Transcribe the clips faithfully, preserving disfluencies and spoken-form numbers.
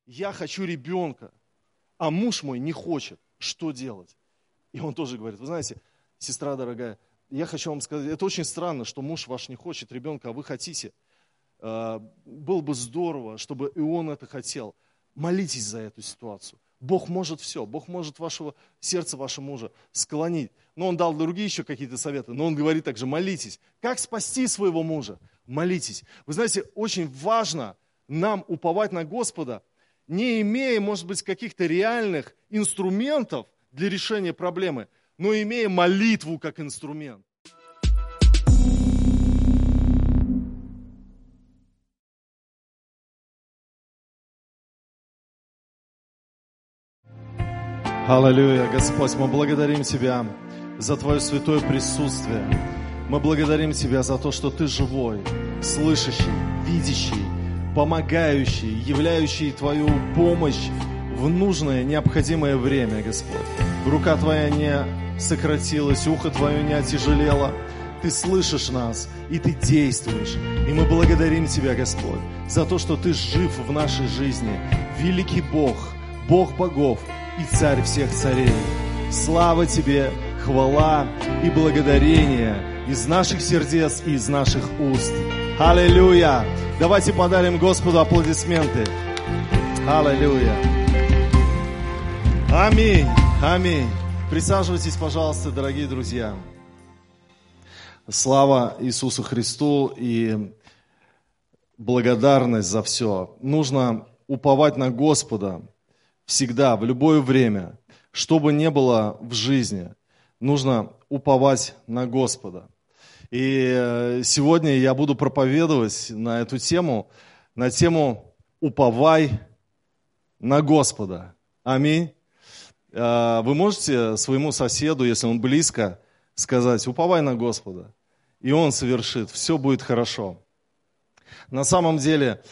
я хочу ребенка, а муж мой не хочет. Что делать? И он тоже говорит, вы знаете, сестра дорогая, я хочу вам сказать, это очень странно, что муж ваш не хочет ребенка, а вы хотите. Было бы здорово, чтобы и он это хотел. Молитесь за эту ситуацию. Бог может все. Бог может вашего сердца, вашего мужа склонить. Но он дал другие еще какие-то советы. Но он говорит также, молитесь. Как спасти своего мужа? Молитесь. Вы знаете, очень важно нам уповать на Господа, не имея, может быть, каких-то реальных инструментов для решения проблемы, но имея молитву как инструмент. Аллилуйя, Господь, мы благодарим Тебя за Твое святое присутствие. Мы благодарим Тебя за то, что Ты живой, слышащий, видящий, помогающий, являющий Твою помощь в нужное, необходимое время, Господь. Рука Твоя не сократилась, ухо Твое не отяжелело. Ты слышишь нас, и Ты действуешь. И мы благодарим Тебя, Господь, за то, что Ты жив в нашей жизни. Великий Бог, Бог богов и Царь всех царей. Слава Тебе, хвала и благодарение из наших сердец и из наших уст. Аллилуйя! Давайте подарим Господу аплодисменты. Аллилуйя! Аминь! Аминь! Присаживайтесь, пожалуйста, дорогие друзья. Слава Иисусу Христу и благодарность за все. Нужно уповать на Господа всегда, в любое время. Что бы ни было в жизни, нужно уповать на Господа. И сегодня я буду проповедовать на эту тему, на тему «Уповай на Господа». Аминь. Вы можете своему соседу, если он близко, сказать «Уповай на Господа», и он совершит, все будет хорошо. На самом деле,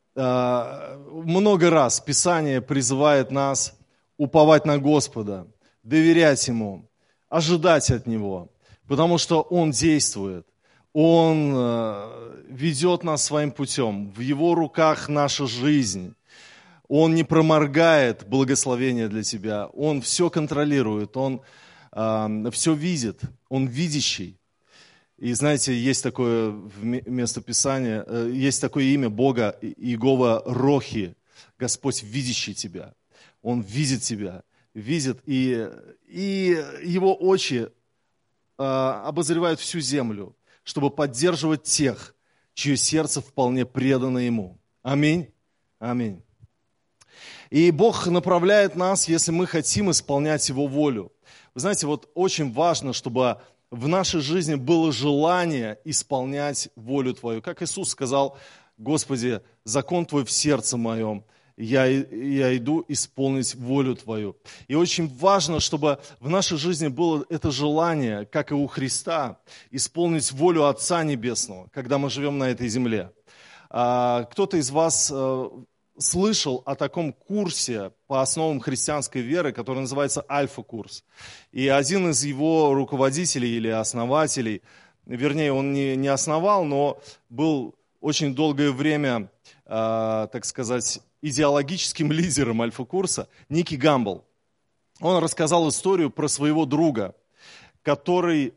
много раз Писание призывает нас уповать на Господа, доверять Ему, ожидать от Него, потому что Он действует, Он ведет нас своим путем, в Его руках наша жизнь. Он не проморгает благословение для тебя, Он все контролирует, Он э, все видит, Он видящий. И знаете, есть такое местописание, э, есть такое имя Бога, Иегова Рохи, Господь видящий тебя. Он видит тебя, видит, и, и Его очи э, обозревают всю землю, чтобы поддерживать тех, чье сердце вполне предано Ему. Аминь. Аминь. И Бог направляет нас, если мы хотим исполнять Его волю. Вы знаете, вот очень важно, чтобы в нашей жизни было желание исполнять волю Твою. Как Иисус сказал: Господи, закон Твой в сердце моем, я, я иду исполнить волю Твою. И очень важно, чтобы в нашей жизни было это желание, как и у Христа, исполнить волю Отца Небесного, когда мы живем на этой земле. Кто-то из вас слышал о таком курсе по основам христианской веры, который называется Альфа-курс. И один из его руководителей или основателей, вернее, он не, не основал, но был очень долгое время, э, так сказать, идеологическим лидером Альфа-курса, Ники Гамбл. Он рассказал историю про своего друга, который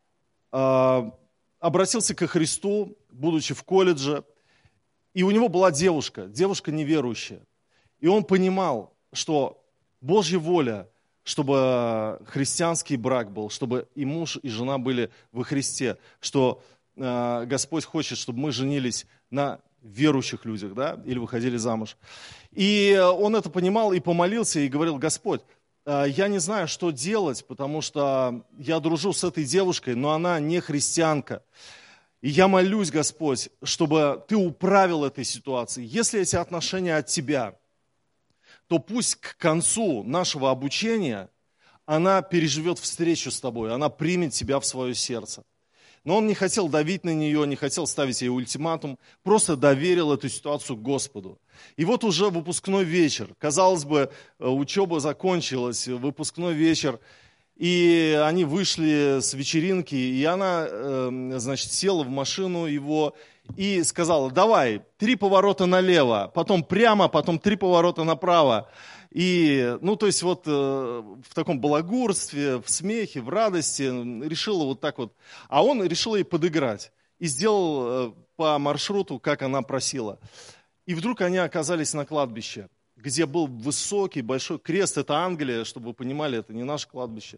э, обратился ко Христу, будучи в колледже. И у него была девушка, девушка неверующая. И он понимал, что Божья воля, чтобы христианский брак был, чтобы и муж, и жена были во Христе, что э, Господь хочет, чтобы мы женились на верующих людях, да, или выходили замуж. И он это понимал и помолился, и говорил: Господь, э, я не знаю, что делать, потому что я дружу с этой девушкой, но она не христианка. И я молюсь, Господь, чтобы Ты управил этой ситуацией. Если эти отношения от Тебя, то пусть к концу нашего обучения она переживет встречу с Тобой, она примет Тебя в свое сердце. Но он не хотел давить на нее, не хотел ставить ей ультиматум, просто доверил эту ситуацию Господу. И вот уже выпускной вечер, казалось бы, учеба закончилась, выпускной вечер, И они вышли с вечеринки, и она, значит, села в машину его и сказала: давай, три поворота налево, потом прямо, потом три поворота направо. И, ну, то есть вот в таком балагурстве, в смехе, в радости решила вот так вот. А он решил ей подыграть и сделал по маршруту, как она просила. И вдруг они оказались на кладбище, где был высокий, большой крест. Это Англия, чтобы вы понимали, это не наше кладбище.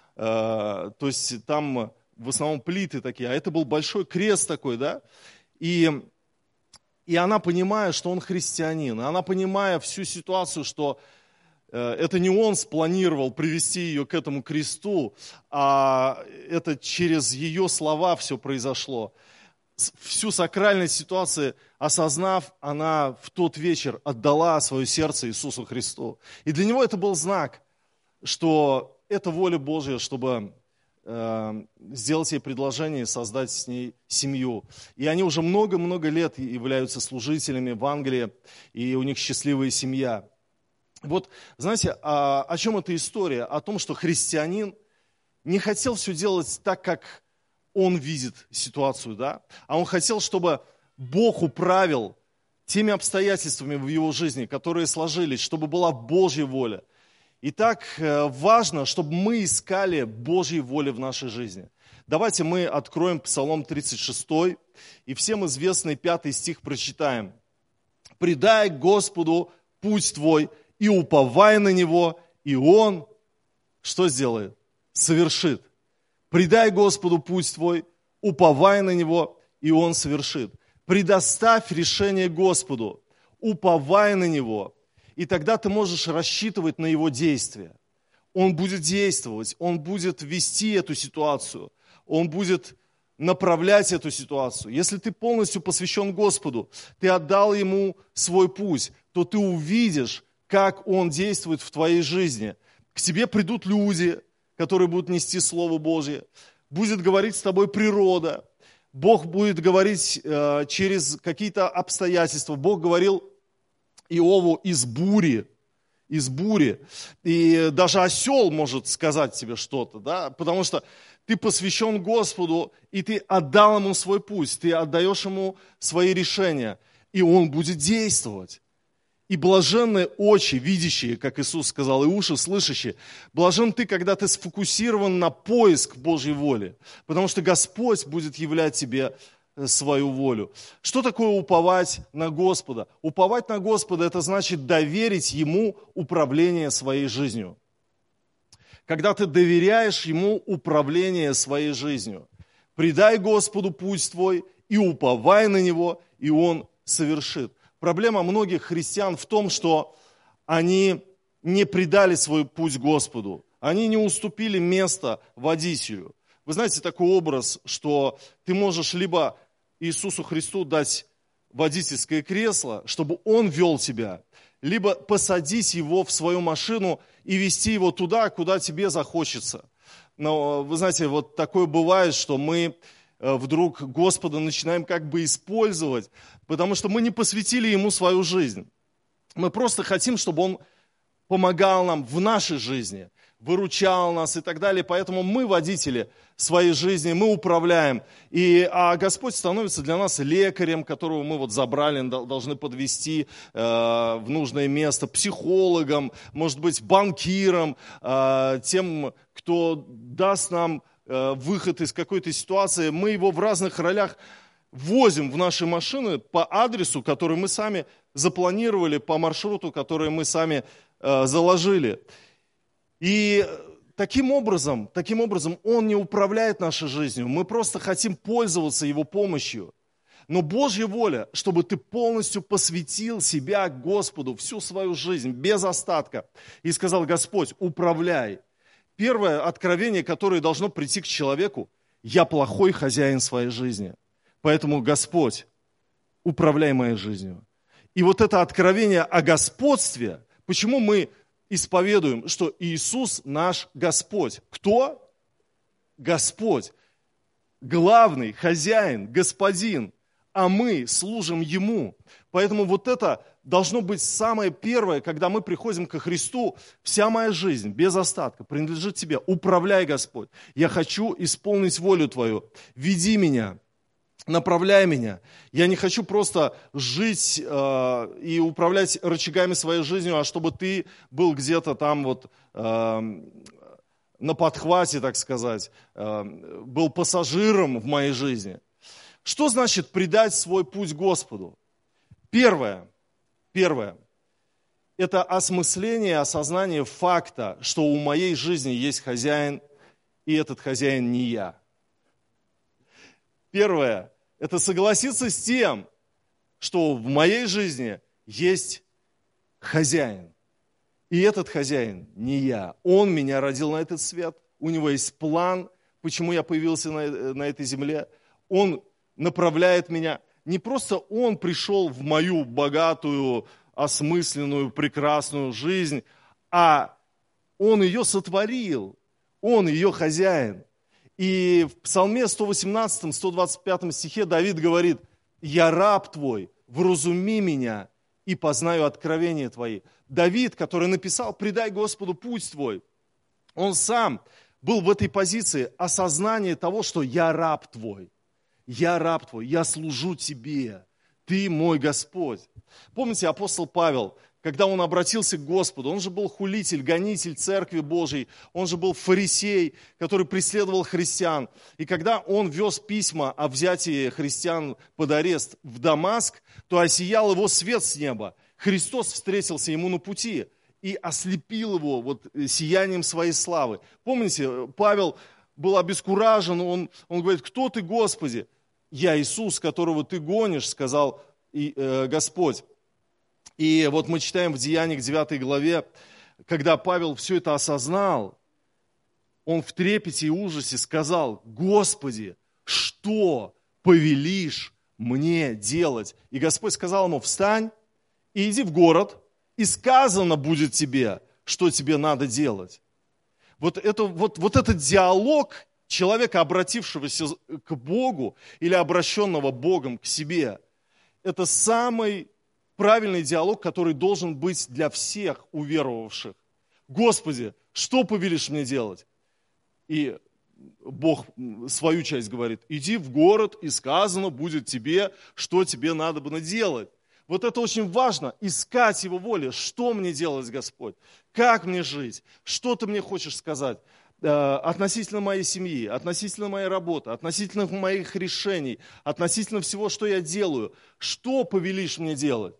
То есть там в основном плиты такие, а это был большой крест такой, да. И, и она, понимая, что он христианин, она, понимая всю ситуацию, что это не он спланировал привести ее к этому кресту, а это через ее слова все произошло. Всю сакральность ситуации осознав, она в тот вечер отдала свое сердце Иисусу Христу. И для него это был знак, что это воля Божья, чтобы э, сделать ей предложение и создать с ней семью. И они уже много-много лет являются служителями в Англии, и у них счастливая семья. Вот, знаете, о, о чем эта история? О том, что христианин не хотел все делать так, как он видит ситуацию, да? А он хотел, чтобы Бог управил теми обстоятельствами в его жизни, которые сложились, чтобы была Божья воля. И так важно, чтобы мы искали Божьей воли в нашей жизни. Давайте мы откроем Псалом тридцать шесть, и всем известный пятый стих прочитаем. «Предай Господу путь твой, и уповай на Него, и Он что сделает? Совершит. Предай Господу путь твой, уповай на Него, и Он совершит. Предоставь решение Господу, уповай на Него, и тогда ты можешь рассчитывать на Его действия. Он будет действовать, Он будет вести эту ситуацию, Он будет направлять эту ситуацию. Если ты полностью посвящен Господу, ты отдал Ему свой путь, то ты увидишь, как Он действует в твоей жизни. К тебе придут люди, которые будут нести Слово Божье. Будет говорить с тобой природа. Бог будет говорить э, через какие-то обстоятельства. Бог говорил Иову из бури. Из бури. И даже осел может сказать тебе что-то, да? Потому что ты посвящен Господу, и ты отдал Ему свой путь, ты отдаешь Ему свои решения, и Он будет действовать. И блаженны очи, видящие, как Иисус сказал, и уши слышащие. Блажен ты, когда ты сфокусирован на поиск Божьей воли, потому что Господь будет являть тебе свою волю. Что такое уповать на Господа? Уповать на Господа – это значит доверить Ему управление своей жизнью. Когда ты доверяешь Ему управление своей жизнью, предай Господу путь твой и уповай на Него, и Он совершит. Проблема многих христиан в том, что они не предали свой путь Господу. Они не уступили место водителю. Вы знаете такой образ, что ты можешь либо Иисусу Христу дать водительское кресло, чтобы Он вел тебя, либо посадить Его в свою машину и вести Его туда, куда тебе захочется. Но вы знаете, вот такое бывает, что мы вдруг Господа начинаем как бы использовать, потому что мы не посвятили Ему свою жизнь. Мы просто хотим, чтобы Он помогал нам в нашей жизни, выручал нас и так далее. Поэтому мы водители своей жизни, мы управляем. И, а Господь становится для нас лекарем, которого мы вот забрали, должны подвести э, в нужное место, психологом, может быть, банкиром, э, тем, кто даст нам выход из какой-то ситуации, мы его в разных ролях возим в наши машины по адресу, который мы сами запланировали, по маршруту, который мы сами э, заложили. И таким образом, таким образом Он не управляет нашей жизнью, мы просто хотим пользоваться Его помощью. Но Божья воля, чтобы ты полностью посвятил себя Господу, всю свою жизнь, без остатка, и сказал: Господь, управляй. Первое откровение, которое должно прийти к человеку: я плохой хозяин своей жизни. Поэтому, Господь, управляй моей жизнью. И вот это откровение о господстве, почему мы исповедуем, что Иисус наш Господь. Кто? Господь. Главный хозяин, господин. А мы служим Ему. Поэтому вот это должно быть самое первое, когда мы приходим ко Христу, вся моя жизнь без остатка принадлежит Тебе. Управляй, Господь. Я хочу исполнить волю Твою. Веди меня, направляй меня. Я не хочу просто жить э, и управлять рычагами своей жизнью, а чтобы Ты был где-то там вот э, на подхвате, так сказать, э, был пассажиром в моей жизни. Что значит предать свой путь Господу? Первое, первое, это осмысление, осознание факта, что у моей жизни есть хозяин, и этот хозяин не я. Первое, это согласиться с тем, что в моей жизни есть хозяин, и этот хозяин не я. Он меня родил на этот свет, у него есть план, почему я появился на, на этой земле. Он направляет меня. Не просто Он пришел в мою богатую, осмысленную, прекрасную жизнь, а Он ее сотворил, Он ее хозяин. И в Псалме сто восемнадцатом, сто двадцать пятом стихе Давид говорит: «Я раб Твой, вразуми меня и познаю откровения Твои». Давид, который написал «Предай Господу путь Твой», он сам был в этой позиции осознания того, что «я раб Твой». Я раб Твой, я служу Тебе, Ты мой Господь. Помните, апостол Павел, когда он обратился к Господу, он же был хулитель, гонитель Церкви Божией, он же был фарисей, который преследовал христиан. И когда он вез письма о взятии христиан под арест в Дамаск, то осиял его свет с неба. Христос встретился ему на пути и ослепил его вот сиянием своей славы. Помните, Павел был обескуражен, он, он говорит: «Кто ты, Господи?» «Я Иисус, которого ты гонишь», сказал и, э, Господь. И вот мы читаем в Деяниях девятой главе, когда Павел все это осознал, он в трепете и ужасе сказал: «Господи, что повелишь мне делать?» И Господь сказал ему: «Встань и иди в город, и сказано будет тебе, что тебе надо делать». Вот, это, вот, вот этот диалог человека, обратившегося к Богу или обращенного Богом к себе, это самый правильный диалог, который должен быть для всех уверовавших. «Господи, что повелишь мне делать?» И Бог свою часть говорит: «Иди в город, и сказано будет тебе, что тебе надо было делать». Вот это очень важно, искать Его воли. Что мне делать, Господь? Как мне жить? Что Ты мне хочешь сказать э, относительно моей семьи, относительно моей работы, относительно моих решений, относительно всего, что я делаю? Что повелишь мне делать?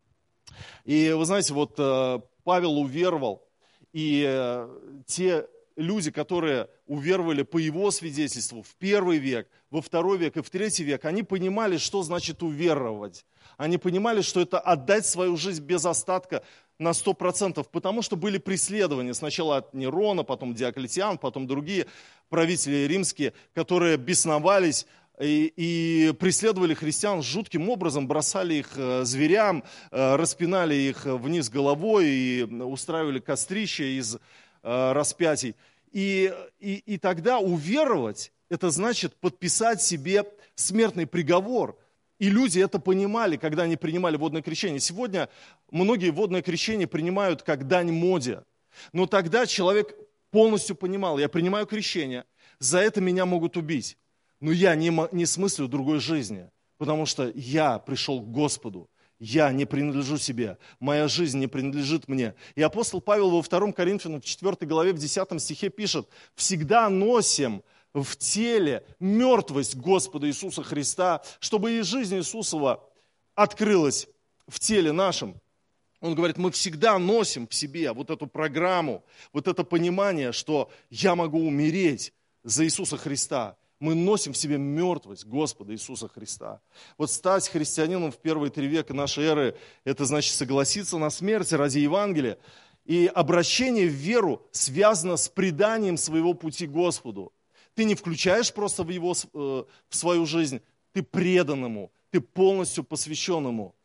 И вы знаете, вот э, Павел уверовал, и э, те люди, которые уверовали по его свидетельству в первый век, во второй век и в третий век, они понимали, что значит уверовать. Они понимали, что это отдать свою жизнь без остатка на сто процентов, потому что были преследования. Сначала от Нерона, потом Диоклетиан, потом другие правители римские, которые бесновались и, и преследовали христиан жутким образом, бросали их зверям, распинали их вниз головой и устраивали кострища из распятий. И, и, и тогда уверовать, это значит подписать себе смертный приговор. И люди это понимали, когда они принимали водное крещение. Сегодня многие водное крещение принимают как дань моде. Но тогда человек полностью понимал: я принимаю крещение, за это меня могут убить. Но я не, не смыслю другой жизни, потому что я пришел к Господу. Я не принадлежу себе, моя жизнь не принадлежит мне. И апостол Павел во втором Коринфянам, в четвёртой главе, в десятом стихе пишет: «Всегда носим в теле мертвость Господа Иисуса Христа, чтобы и жизнь Иисусова открылась в теле нашем». Он говорит, мы всегда носим в себе вот эту программу, вот это понимание, что я могу умереть за Иисуса Христа. Мы носим в себе мертвость Господа Иисуса Христа. Вот стать христианином в первые три века нашей эры, это значит согласиться на смерть ради Евангелия. И обращение в веру связано с преданием своего пути Господу. Ты не включаешь просто в его, в свою жизнь, ты предан ему, ты полностью посвящен ему.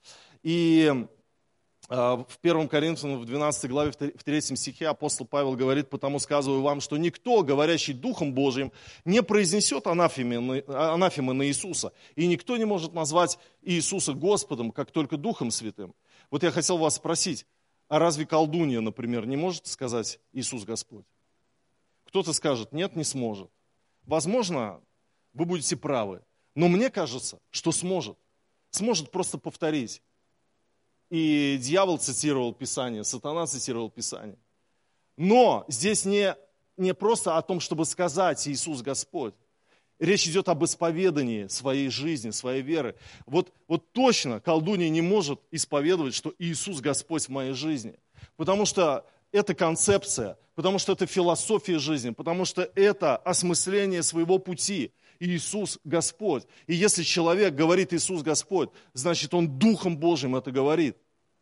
И в первом Коринфянам, в двенадцатой главе, в третьем стихе апостол Павел говорит: «Потому сказываю вам, что никто, говорящий Духом Божиим, не произнесет анафемы, анафемы на Иисуса, и никто не может назвать Иисуса Господом, как только Духом Святым». Вот я хотел вас спросить, а разве колдунья, например, не может сказать Иисус Господь? Кто-то скажет, нет, не сможет. Возможно, вы будете правы, но мне кажется, что сможет. Сможет просто повторить. И дьявол цитировал Писание, сатана цитировал Писание. Но здесь не, не просто о том, чтобы сказать Иисус Господь. Речь идет об исповедании своей жизни, своей веры. Вот, вот точно колдунья не может исповедовать, что Иисус Господь в моей жизни. Потому что это концепция, потому что это философия жизни, потому что это осмысление своего пути. Иисус Господь. И если человек говорит Иисус Господь, значит он Духом Божьим это говорит.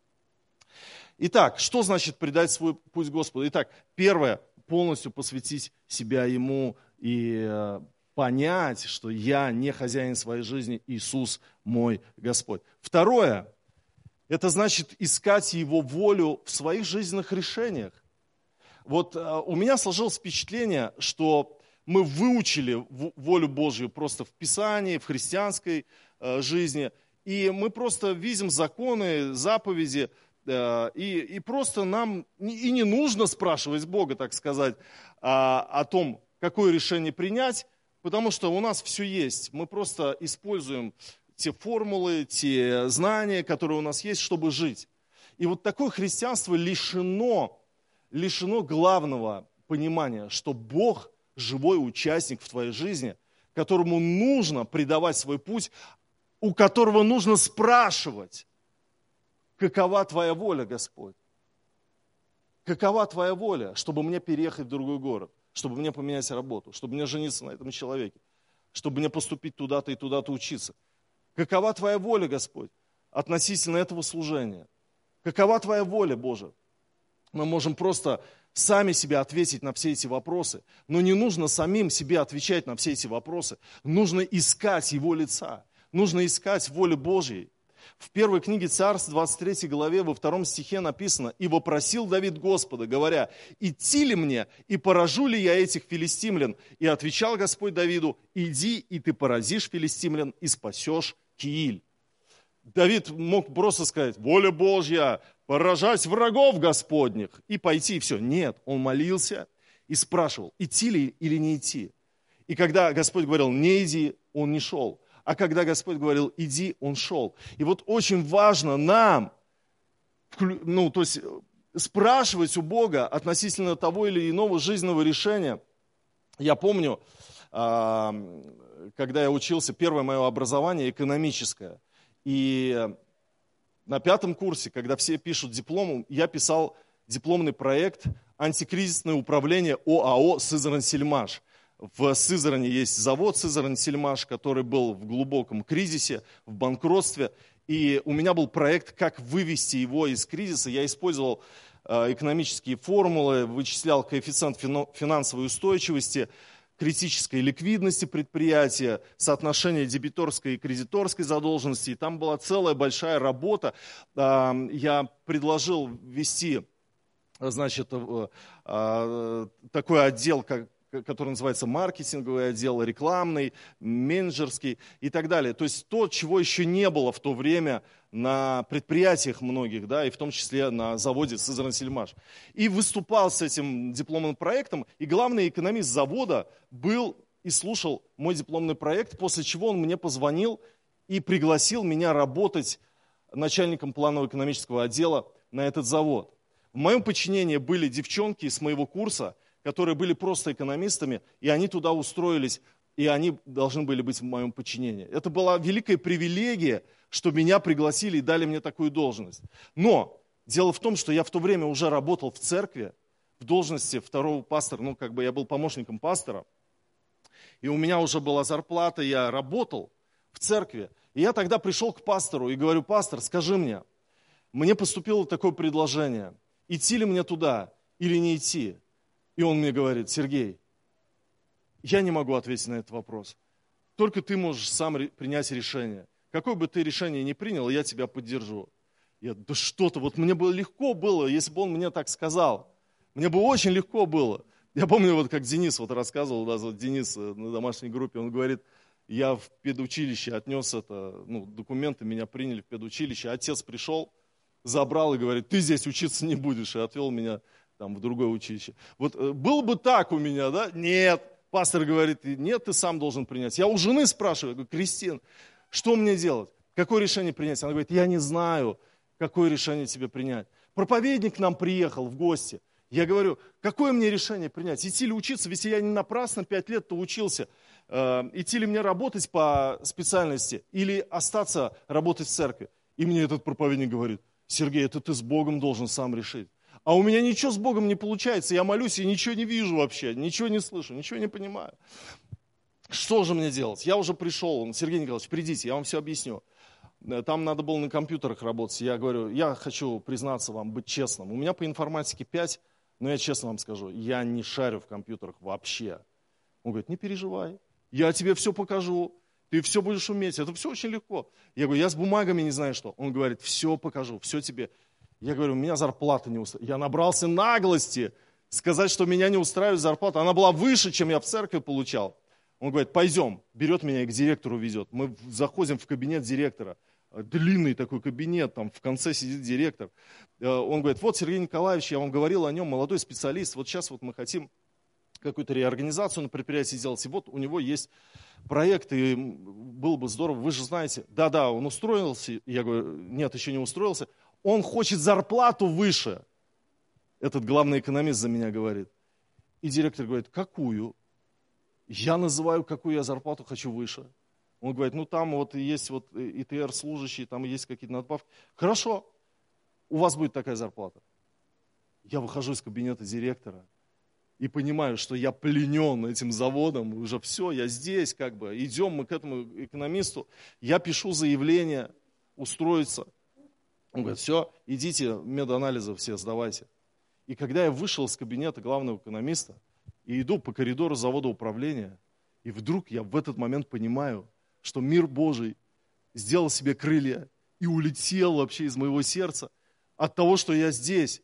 Итак, что значит предать свой путь Господу? Итак, первое, полностью посвятить себя Ему и понять, что я не хозяин своей жизни, Иисус мой Господь. Второе, это значит искать Его волю в своих жизненных решениях. Вот у меня сложилось впечатление, что мы выучили волю Божью просто в Писании, в христианской жизни, и мы просто видим законы, заповеди, и, и просто нам и не нужно спрашивать Бога, так сказать, о том, какое решение принять, потому что у нас все есть. Мы просто используем те формулы, те знания, которые у нас есть, чтобы жить. И вот такое христианство лишено, лишено главного понимания, что Бог – живой участник в твоей жизни, которому нужно предавать свой путь, у которого нужно спрашивать, какова твоя воля, Господь? Какова твоя воля, чтобы мне переехать в другой город, чтобы мне поменять работу, чтобы мне жениться на этом человеке, чтобы мне поступить туда-то и туда-то учиться? Какова твоя воля, Господь, относительно этого служения? Какова твоя воля, Боже? Мы можем просто сами себе ответить на все эти вопросы, но не нужно самим себе отвечать на все эти вопросы. Нужно искать Его лица, нужно искать волю Божьей. В первой книге Царств, двадцать третьей главе, во втором стихе написано: «И вопросил Давид Господа, говоря, идти ли мне, и поражу ли я этих филистимлян? И отвечал Господь Давиду, иди, и ты поразишь филистимлян, и спасешь Кииль». Давид мог просто сказать: воля Божья, поражать врагов Господних, и пойти, и все. Нет, он молился и спрашивал, идти ли или не идти. И когда Господь говорил, не иди, он не шел. А когда Господь говорил, иди, он шел. И вот очень важно нам, ну, то есть спрашивать у Бога относительно того или иного жизненного решения. Я помню, когда я учился, первое мое образование экономическое. И на пятом курсе, когда все пишут диплом, я писал дипломный проект «Антикризисное управление ОАО «Сызрань-Сельмаш». В Сызрани есть завод «Сызрань-Сельмаш», который был в глубоком кризисе, в банкротстве. И у меня был проект, как вывести его из кризиса. Я использовал экономические формулы, вычислял коэффициент финансовой устойчивости, критической ликвидности предприятия, соотношение дебиторской и кредиторской задолженности. И там была целая большая работа. Я предложил ввести, значит, такой отдел, как который называется маркетинговый отдел, рекламный, менеджерский и так далее. То есть то, чего еще не было в то время на предприятиях многих, да, и в том числе на заводе «Сызрань-Сельмаш». И выступал с этим дипломным проектом, и главный экономист завода был и слушал мой дипломный проект, после чего он мне позвонил и пригласил меня работать начальником планово-экономического отдела на этот завод. В моем подчинении были девчонки с моего курса, которые были просто экономистами, и они туда устроились, и они должны были быть в моем подчинении. Это была великая привилегия, что меня пригласили и дали мне такую должность. Но дело в том, что я в то время уже работал в церкви, в должности второго пастора, ну, как бы я был помощником пастора, и у меня уже была зарплата, я работал в церкви. И я тогда пришел к пастору и говорю: пастор, скажи мне, мне поступило такое предложение, идти ли мне туда или не идти? И он мне говорит: Сергей, я не могу ответить на этот вопрос. Только ты можешь сам принять решение. Какое бы ты решение ни принял, я тебя поддержу. Я, да что-то, вот мне было легко было, если бы он мне так сказал. Мне бы очень легко было. Я помню, вот как Денис вот рассказывал, да, вот Денис на домашней группе, он говорит: я в педучилище отнес это, ну, документы, меня приняли в педучилище, отец пришел, забрал и говорит, ты здесь учиться не будешь, и отвел меня там в другое училище. Вот было бы так у меня, да? Нет. Пастор говорит, нет, ты сам должен принять. Я у жены спрашиваю, говорю, Кристин, что мне делать? Какое решение принять? Она говорит, я не знаю, какое решение тебе принять. Проповедник к нам приехал в гости. Я говорю, какое мне решение принять? Идти ли учиться? Ведь я не напрасно пять лет-то учился. Э, идти ли мне работать по специальности или остаться работать в церкви? И мне этот проповедник говорит, Сергей, это ты с Богом должен сам решить. А у меня ничего с Богом не получается, я молюсь и ничего не вижу вообще, ничего не слышу, ничего не понимаю. Что же мне делать? Я уже пришел, он, Сергей Николаевич, придите, я вам все объясню. Там надо было на компьютерах работать. Я говорю, я хочу признаться вам, быть честным. У меня по информатике пять, но я честно вам скажу, я не шарю в компьютерах вообще. Он говорит, не переживай, я тебе все покажу, ты все будешь уметь, это все очень легко. Я говорю, я с бумагами не знаю что. Он говорит, все покажу, все тебе. Я говорю, меня зарплата не устраивает. Я набрался наглости сказать, что меня не устраивает зарплата. Она была выше, чем я в церкви получал. Он говорит, пойдем, берет меня и к директору везет. Мы заходим в кабинет директора. Длинный такой кабинет, там в конце сидит директор. Он говорит, вот Сергей Николаевич, я вам говорил о нем, молодой специалист. Вот сейчас вот мы хотим какую-то реорганизацию на предприятии сделать. И вот у него есть проект, и было бы здорово, вы же знаете. Да-да, он устроился. Я говорю, нет, еще не устроился. Он хочет зарплату выше. Этот главный экономист за меня говорит. И директор говорит, какую? Я называю, какую я зарплату хочу выше. Он говорит, ну там вот есть вот и тэ эр служащие, там есть какие-то надбавки. Хорошо, у вас будет такая зарплата. Я выхожу из кабинета директора и понимаю, что я пленен этим заводом, уже все, я здесь как бы. Идем мы к этому экономисту, я пишу заявление, устроиться. Он говорит, все, идите, меданализы все сдавайте. И когда я вышел из кабинета главного экономиста и иду по коридору завода управления, и вдруг я в этот момент понимаю, что мир Божий сделал себе крылья и улетел вообще из моего сердца от того, что я здесь.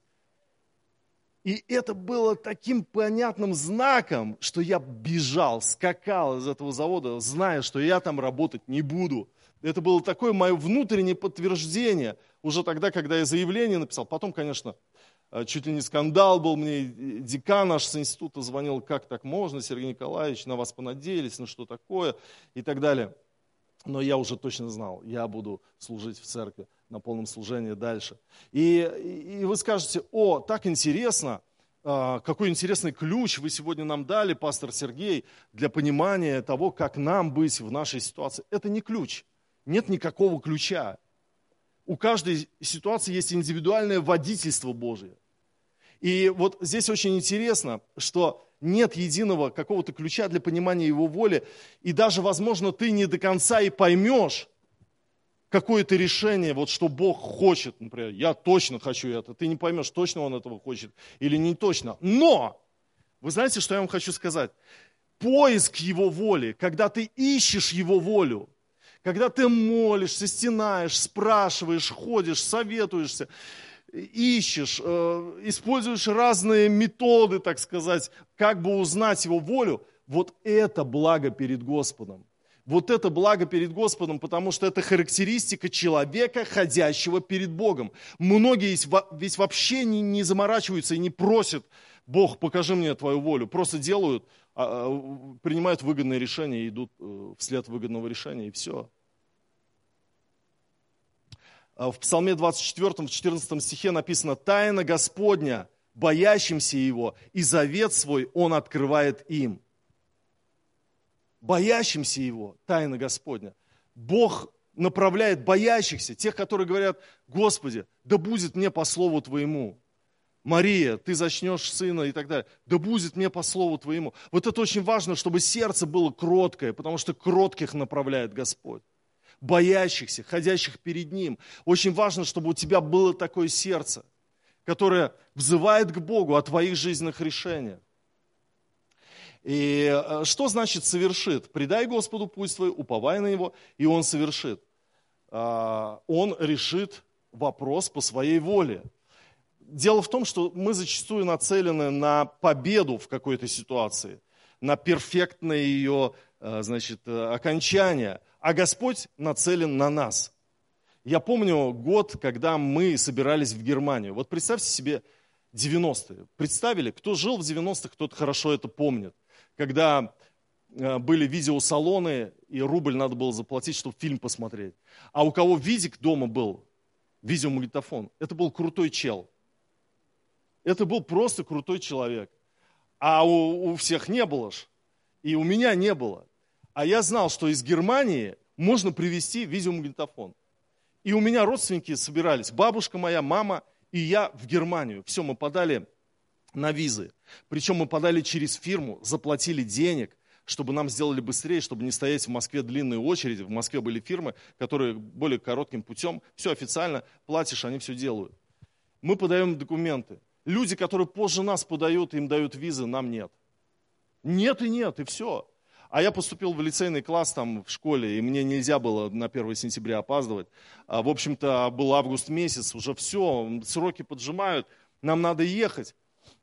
И это было таким понятным знаком, что я бежал, скакал из этого завода, зная, что я там работать не буду. Это было такое мое внутреннее подтверждение, уже тогда, когда я заявление написал. Потом, конечно, чуть ли не скандал был, мне декан наш с института звонил, как так можно, Сергей Николаевич, на вас понадеялись, ну что такое, и так далее. Но я уже точно знал, я буду служить в церкви на полном служении дальше. И, и вы скажете, о, так интересно, какой интересный ключ вы сегодня нам дали, пастор Сергей, для понимания того, как нам быть в нашей ситуации. Это не ключ, нет никакого ключа. У каждой ситуации есть индивидуальное водительство Божие. И вот здесь очень интересно, что нет единого какого-то ключа для понимания Его воли. И даже, возможно, ты не до конца и поймешь какое-то решение, вот что Бог хочет. Например, я точно хочу это. Ты не поймешь, точно Он этого хочет или не точно. Но, вы знаете, что я вам хочу сказать? Поиск Его воли, когда ты ищешь Его волю, когда ты молишься, стенаешь, спрашиваешь, ходишь, советуешься, ищешь, э, используешь разные методы, так сказать, как бы узнать Его волю, вот это благо перед Господом. Вот это благо перед Господом, потому что это характеристика человека, ходящего перед Богом. Многие ведь вообще не, не заморачиваются и не просят, Бог, покажи мне Твою волю. Просто делают, принимают выгодное решение и идут вслед выгодного решения, и все. В Псалме двадцать четвёртом, в четырнадцатом стихе написано: «Тайна Господня, боящимся Его, и завет свой Он открывает им». Боящимся Его, тайна Господня. Бог направляет боящихся, тех, которые говорят: «Господи, да будет мне по слову Твоему». Мария, ты зачнешь сына и так далее. Да будет мне по слову Твоему. Вот это очень важно, чтобы сердце было кроткое, потому что кротких направляет Господь. Боящихся, ходящих перед Ним. Очень важно, чтобы у тебя было такое сердце, которое взывает к Богу о твоих жизненных решениях. И что значит совершит? Предай Господу путь твой, уповай на Него, и Он совершит. Он решит вопрос по своей воле. Дело в том, что мы зачастую нацелены на победу в какой-то ситуации, на перфектное ее, значит, окончание, а Господь нацелен на нас. Я помню год, когда мы собирались в Германию. Вот представьте себе девяностые. Представили? Кто жил в девяностых, тот хорошо это помнит. Когда были видеосалоны, и рубль надо было заплатить, чтобы фильм посмотреть. А у кого видик дома был, видеомагнитофон, это был крутой чел. Это был просто крутой человек. А у, у всех не было ж. И у меня не было. А я знал, что из Германии можно привезти видеомагнитофон. И у меня родственники собирались. Бабушка моя, мама и я в Германию. Все, мы подали на визы. Причем мы подали через фирму, заплатили денег, чтобы нам сделали быстрее, чтобы не стоять в Москве длинные очереди. В Москве были фирмы, которые более коротким путем, все официально, платишь, они все делают. Мы подаем документы. Люди, которые позже нас подают, им дают визы, нам нет. Нет и нет, и все. А я поступил в лицейный класс там в школе, и мне нельзя было на первое сентября опаздывать. А, в общем-то, был август месяц, уже все, сроки поджимают, нам надо ехать.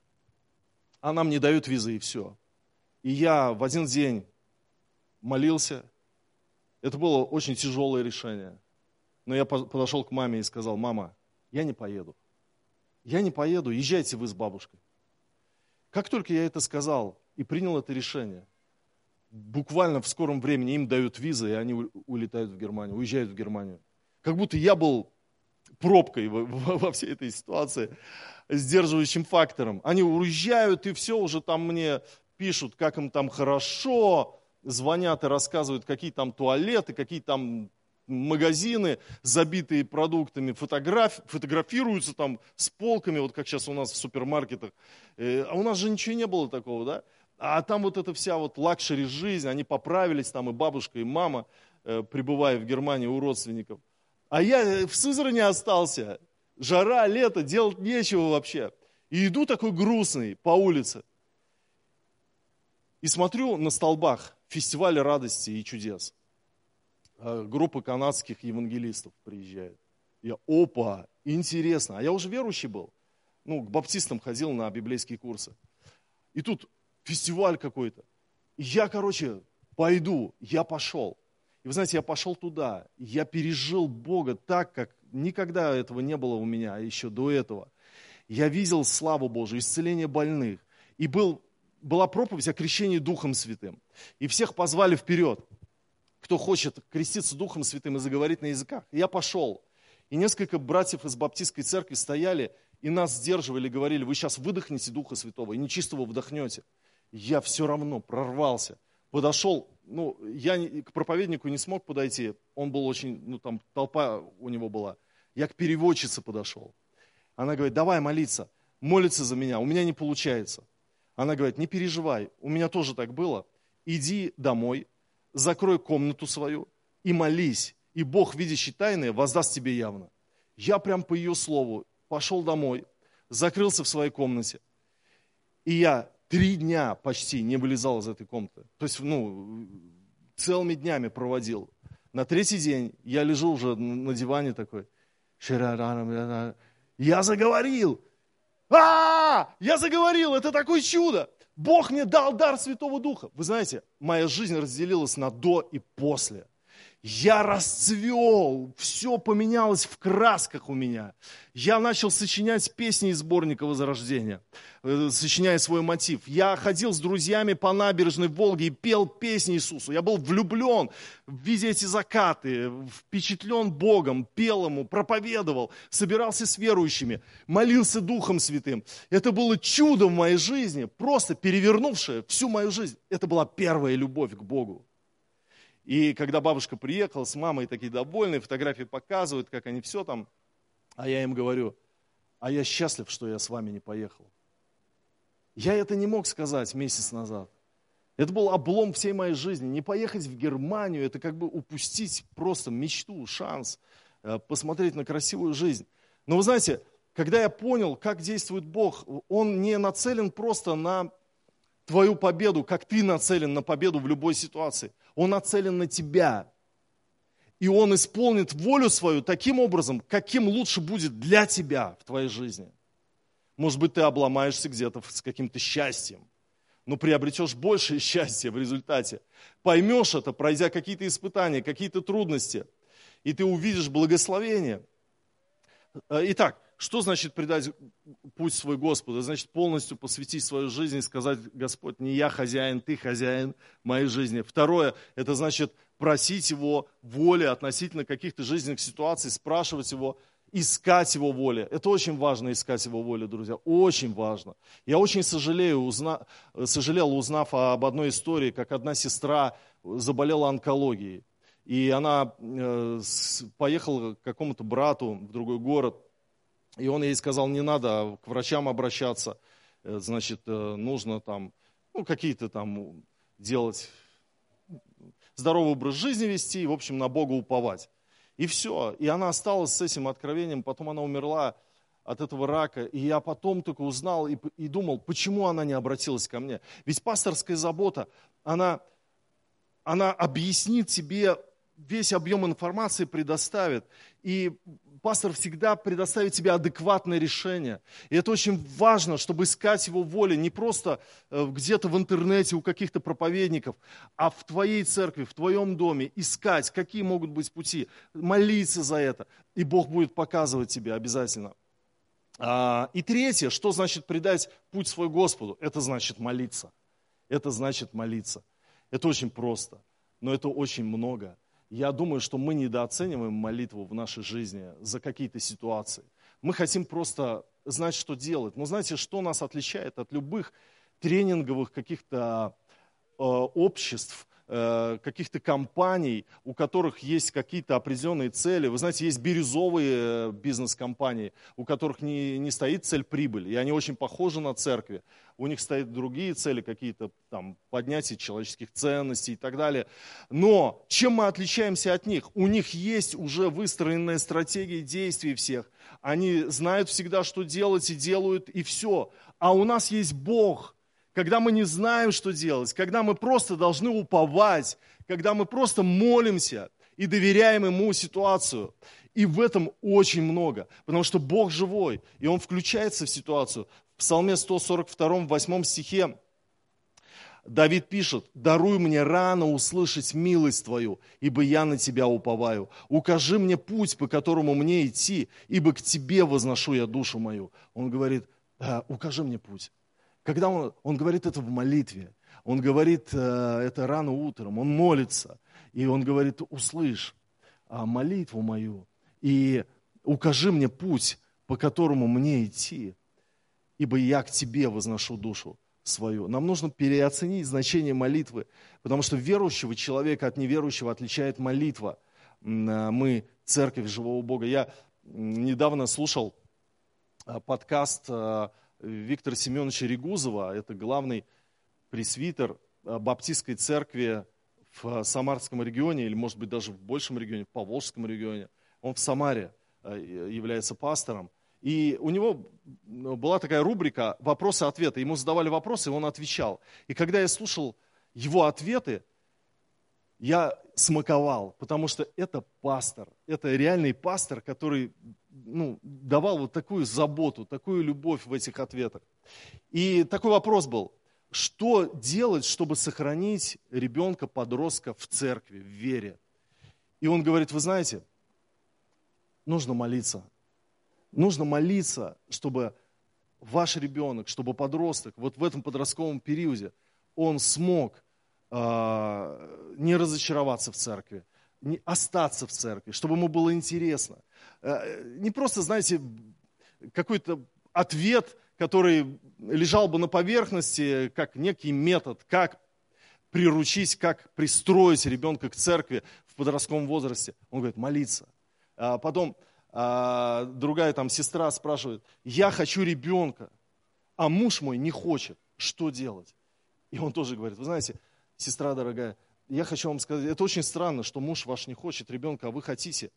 А нам не дают визы, и все. И я в один день молился. Это было очень тяжелое решение. Но я подошел к маме и сказал: мама, я не поеду. Я не поеду, езжайте вы с бабушкой. Как только я это сказал и принял это решение, буквально в скором времени им дают визы, и они улетают в Германию, уезжают в Германию. Как будто я был пробкой во, во всей этой ситуации, сдерживающим фактором. Они уезжают, и все, уже там мне пишут, как им там хорошо, звонят и рассказывают, какие там туалеты, какие там магазины, забитые продуктами, фотограф, фотографируются там с полками, вот как сейчас у нас в супермаркетах. А у нас же ничего не было такого, да? А там вот эта вся вот лакшери жизнь, они поправились, там и бабушка, и мама, пребывая в Германии у родственников. А я в Сызрани остался, жара, лето, делать нечего вообще. И иду такой грустный по улице. И смотрю на столбах фестиваль радости и чудес. Группа канадских евангелистов приезжает. Я, опа, интересно. А я уже верующий был. Ну, к баптистам ходил на библейские курсы. И тут фестиваль какой-то. И я, короче, пойду. Я пошел. И вы знаете, я пошел туда. Я пережил Бога так, как никогда этого не было у меня еще до этого. Я видел славу Божию, исцеление больных. И был, была проповедь о крещении Духом Святым. И всех позвали вперед, кто хочет креститься Духом Святым и заговорить на языках. И я пошел. И несколько братьев из баптистской церкви стояли и нас сдерживали, говорили: вы сейчас выдохнете Духа Святого и нечистого вдохнете. Я все равно прорвался. Подошел, ну, я к проповеднику не смог подойти. Он был очень, ну, там толпа у него была. Я к переводчице подошел. Она говорит: давай молиться, молиться за меня, у меня не получается. Она говорит: не переживай, у меня тоже так было. Иди домой, закрой комнату свою и молись, и Бог, видящий тайное, воздаст тебе явно. Я прям по ее слову пошел домой, закрылся в своей комнате, и я три дня почти не вылезал из этой комнаты. То есть, ну, целыми днями проводил. На третий день я лежу уже на диване такой. Я заговорил. А, я заговорил, это такое чудо. Бог мне дал дар Святого Духа. Вы знаете, моя жизнь разделилась на до и после. Я расцвел, все поменялось в красках у меня. Я начал сочинять песни из сборника «Возрождение», сочиняя свой мотив. Я ходил с друзьями по набережной Волги и пел песни Иисусу. Я был влюблен, видя эти закаты, впечатлен Богом, пел Ему, проповедовал, собирался с верующими, молился Духом Святым. Это было чудо в моей жизни, просто перевернувшее всю мою жизнь. Это была первая любовь к Богу. И когда бабушка приехала с мамой, такие довольные, фотографии показывают, как они все там, а я им говорю: а я счастлив, что я с вами не поехал. Я это не мог сказать месяц назад. Это был облом всей моей жизни. Не поехать в Германию, это как бы упустить просто мечту, шанс, посмотреть на красивую жизнь. Но вы знаете, когда я понял, как действует Бог, Он не нацелен просто на твою победу, как ты нацелен на победу в любой ситуации. Он нацелен на тебя. И Он исполнит волю свою таким образом, каким лучше будет для тебя в твоей жизни. Может быть, ты обломаешься где-то с каким-то счастьем, но приобретешь большее счастье в результате. Поймешь это, пройдя какие-то испытания, какие-то трудности. и ты увидишь благословение. Итак, что значит предать путь свой Господу? Значит, полностью посвятить свою жизнь и сказать: Господь, не я хозяин, ты хозяин моей жизни. Второе, это значит просить Его воли относительно каких-то жизненных ситуаций, спрашивать Его, искать Его воли. Это очень важно, искать Его воли, друзья, очень важно. Я очень сожалею, узна... сожалел, узнав об одной истории, как одна сестра заболела онкологией. И она э, поехала к какому-то брату в другой город, и он ей сказал: не надо к врачам обращаться, значит, нужно там, ну, какие-то там делать, здоровый образ жизни вести, и, в общем, на Бога уповать. И все. И она осталась с этим откровением, потом она умерла от этого рака. И я потом только узнал и, и думал, почему она не обратилась ко мне. Ведь пасторская забота, она, она объяснит тебе, весь объем информации предоставит. И пастор всегда предоставит тебе адекватное решение. И это очень важно, чтобы искать Его воли не просто где-то в интернете у каких-то проповедников, а в твоей церкви, в твоем доме искать, какие могут быть пути, молиться за это. И Бог будет показывать тебе обязательно. И третье, что значит предать путь свой Господу? Это значит молиться. Это значит молиться. Это очень просто, но это очень много. Я думаю, что мы недооцениваем молитву в нашей жизни за какие-то ситуации. Мы хотим просто знать, что делать. Но знаете, что нас отличает от любых тренинговых каких-то э, обществ, э, каких-то компаний, у которых есть какие-то определенные цели? Вы знаете, есть бирюзовые бизнес-компании, у которых не, не стоит цель прибыль, и они очень похожи на церкви. У них стоят другие цели, какие-то там поднятие человеческих ценностей и так далее. Но чем мы отличаемся от них? У них есть уже выстроенная стратегия действий всех. Они знают всегда, что делать, и делают, и все. А у нас есть Бог. Когда мы не знаем, что делать, когда мы просто должны уповать, когда мы просто молимся и доверяем Ему ситуацию. И в этом очень много, потому что Бог живой, и Он включается в ситуацию. В Псалме сто сорок два, восьмом стихе Давид пишет: «Даруй мне рано услышать милость Твою, ибо я на Тебя уповаю. Укажи мне путь, по которому мне идти, ибо к Тебе возношу я душу мою». Он говорит: укажи мне путь. Когда он, он говорит это в молитве, он говорит это рано утром, он молится, и он говорит: услышь молитву мою и укажи мне путь, по которому мне идти, ибо я к Тебе возношу душу свою. Нам нужно переоценить значение молитвы, потому что верующего человека от неверующего отличает молитва. Мы церковь живого Бога. Я недавно слушал подкаст Виктора Семеновича Регузова, это главный пресвитер баптистской церкви в Самарском регионе, или, может быть, даже в большем регионе, в Поволжском регионе. Он в Самаре является пастором. И у него была такая рубрика «Вопросы-ответы». Ему задавали вопросы, и он отвечал. И когда я слушал его ответы, я смаковал, потому что это пастор, это реальный пастор, который ну, давал вот такую заботу, такую любовь в этих ответах. И такой вопрос был: что делать, чтобы сохранить ребенка, подростка в церкви, в вере? И он говорит: вы знаете, нужно молиться. Нужно молиться, чтобы ваш ребенок, чтобы подросток вот в этом подростковом периоде, он смог э, не разочароваться в церкви, не остаться в церкви, чтобы ему было интересно. Э, не просто, знаете, какой-то ответ, который лежал бы на поверхности, как некий метод, как приручить, как пристроить ребенка к церкви в подростковом возрасте. Он говорит: молиться. А потом а другая там сестра спрашивает: я хочу ребенка, а муж мой не хочет, что делать? И он тоже говорит: вы знаете, сестра дорогая, я хочу вам сказать, это очень странно, что муж ваш не хочет ребенка, а вы хотите.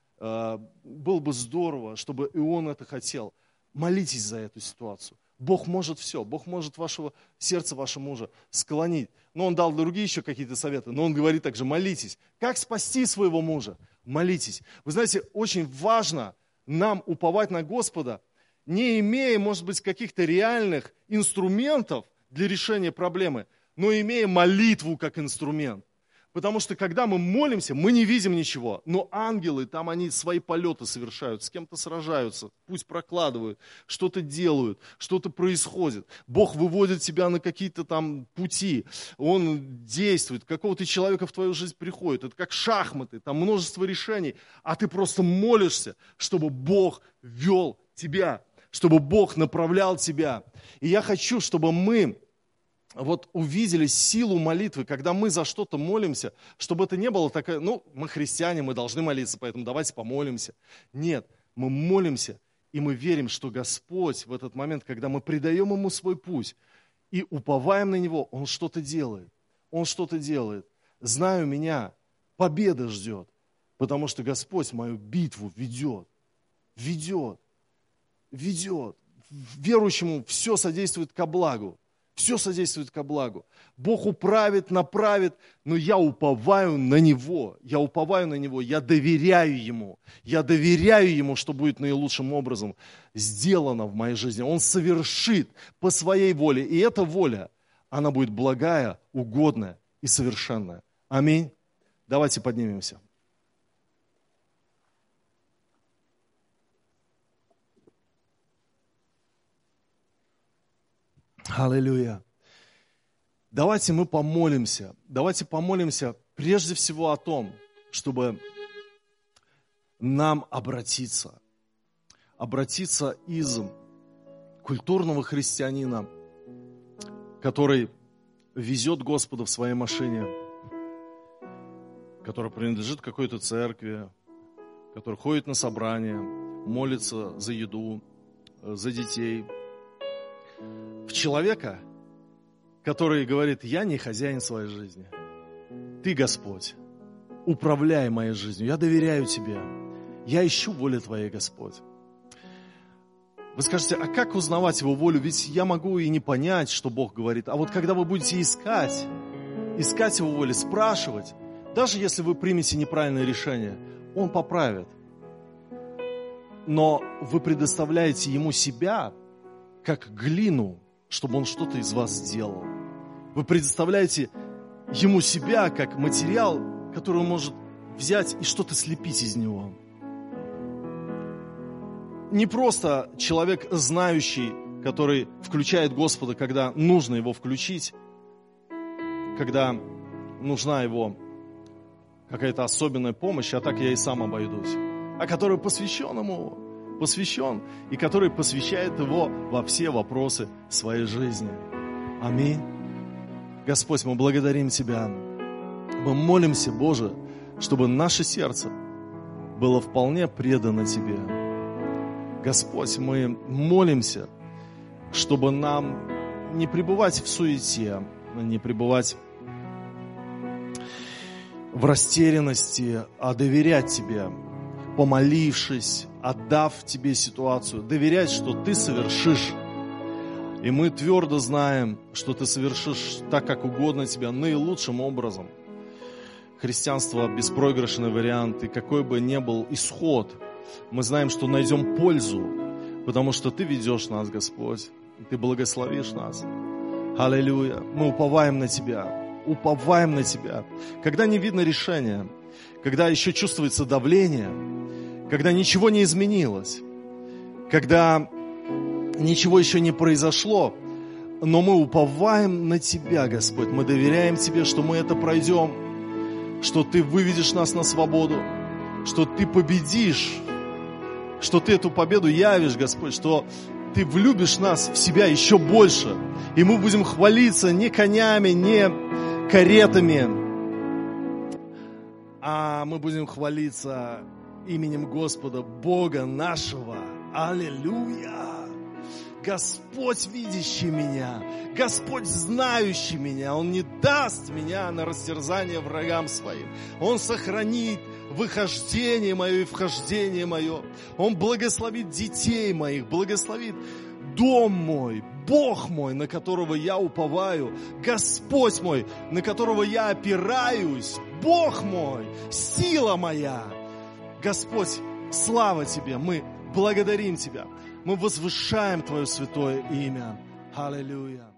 Было бы здорово, чтобы и он это хотел. Молитесь за эту ситуацию. Бог может все, Бог может вашего сердца вашего мужа склонить. Но он дал другие еще какие-то советы, но он говорит также: молитесь. Как спасти своего мужа? Молитесь. Вы знаете, очень важно нам уповать на Господа, не имея, может быть, каких-то реальных инструментов для решения проблемы, но имея молитву как инструмент. Потому что когда мы молимся, мы не видим ничего. Но ангелы, там они свои полеты совершают, с кем-то сражаются, пусть прокладывают, что-то делают, что-то происходит. Бог выводит тебя на какие-то там пути, Он действует, какого-то человека в твою жизнь приходит. Это как шахматы, там множество решений, а ты просто молишься, чтобы Бог вел тебя, чтобы Бог направлял тебя. И я хочу, чтобы мы вот увидели силу молитвы, когда мы за что-то молимся, чтобы это не было такое, ну, мы христиане, мы должны молиться, поэтому давайте помолимся. Нет, мы молимся, и мы верим, что Господь в этот момент, когда мы предаем Ему свой путь и уповаем на Него, Он что-то делает. Он что-то делает. Знаю меня, победа ждет, потому что Господь мою битву ведет, ведет, ведет. Верующему все содействует ко благу. Все содействует ко благу. Бог управит, направит, но я уповаю на Него. Я уповаю на Него, я доверяю Ему. Я доверяю Ему, что будет наилучшим образом сделано в моей жизни. Он совершит по своей воле. И эта воля, она будет благая, угодная и совершенная. Аминь. Давайте поднимемся. Аллилуйя. Давайте мы помолимся. Давайте помолимся прежде всего о том, чтобы нам обратиться. Обратиться из культурного христианина, который везет Господа в своей машине, который принадлежит какой-то церкви, который ходит на собрания, молится за еду, за детей, в человека, который говорит: я не хозяин своей жизни. Ты, Господь, управляй моей жизнью. Я доверяю Тебе. Я ищу волю Твоей, Господь. Вы скажете: а как узнавать Его волю? Ведь я могу и не понять, что Бог говорит. А вот когда вы будете искать, искать Его волю, спрашивать, даже если вы примете неправильное решение, Он поправит. Но вы предоставляете Ему себя как глину, чтобы Он что-то из вас сделал. Вы предоставляете Ему себя как материал, который Он может взять и что-то слепить из него. Не просто человек знающий, который включает Господа, когда нужно Его включить, когда нужна Его какая-то особенная помощь, а так я и сам обойдусь, а который посвящен Ему, посвящен, и который посвящает Его во все вопросы своей жизни. Аминь. Господь, мы благодарим Тебя. Мы молимся, Боже, чтобы наше сердце было вполне предано Тебе. Господь, мы молимся, чтобы нам не пребывать в суете, не пребывать в растерянности, а доверять Тебе, помолившись, отдав Тебе ситуацию, доверять, что Ты совершишь. И мы твердо знаем, что Ты совершишь так, как угодно Тебя, наилучшим образом. Христианство – беспроигрышный вариант, и какой бы ни был исход, мы знаем, что найдем пользу, потому что Ты ведешь нас, Господь, Ты благословишь нас. Аллилуйя! Мы уповаем на Тебя, уповаем на Тебя. Когда не видно решения, когда еще чувствуется давление, когда ничего не изменилось, когда ничего еще не произошло, но мы уповаем на Тебя, Господь. Мы доверяем Тебе, что мы это пройдем, что Ты выведешь нас на свободу, что Ты победишь, что Ты эту победу явишь, Господь, что Ты влюбишь нас в себя еще больше, и мы будем хвалиться не конями, не каретами, а мы будем хвалиться именем Господа, Бога нашего. Аллилуйя! Господь, видящий меня, Господь, знающий меня, Он не даст меня на растерзание врагам своим. Он сохранит выхождение мое и вхождение мое. Он благословит детей моих, благословит дом мой, Бог мой, на которого я уповаю, Господь мой, на которого я опираюсь, Бог мой, сила моя. Господь, слава Тебе, мы благодарим Тебя. Мы возвышаем Твое святое имя. Аллилуйя.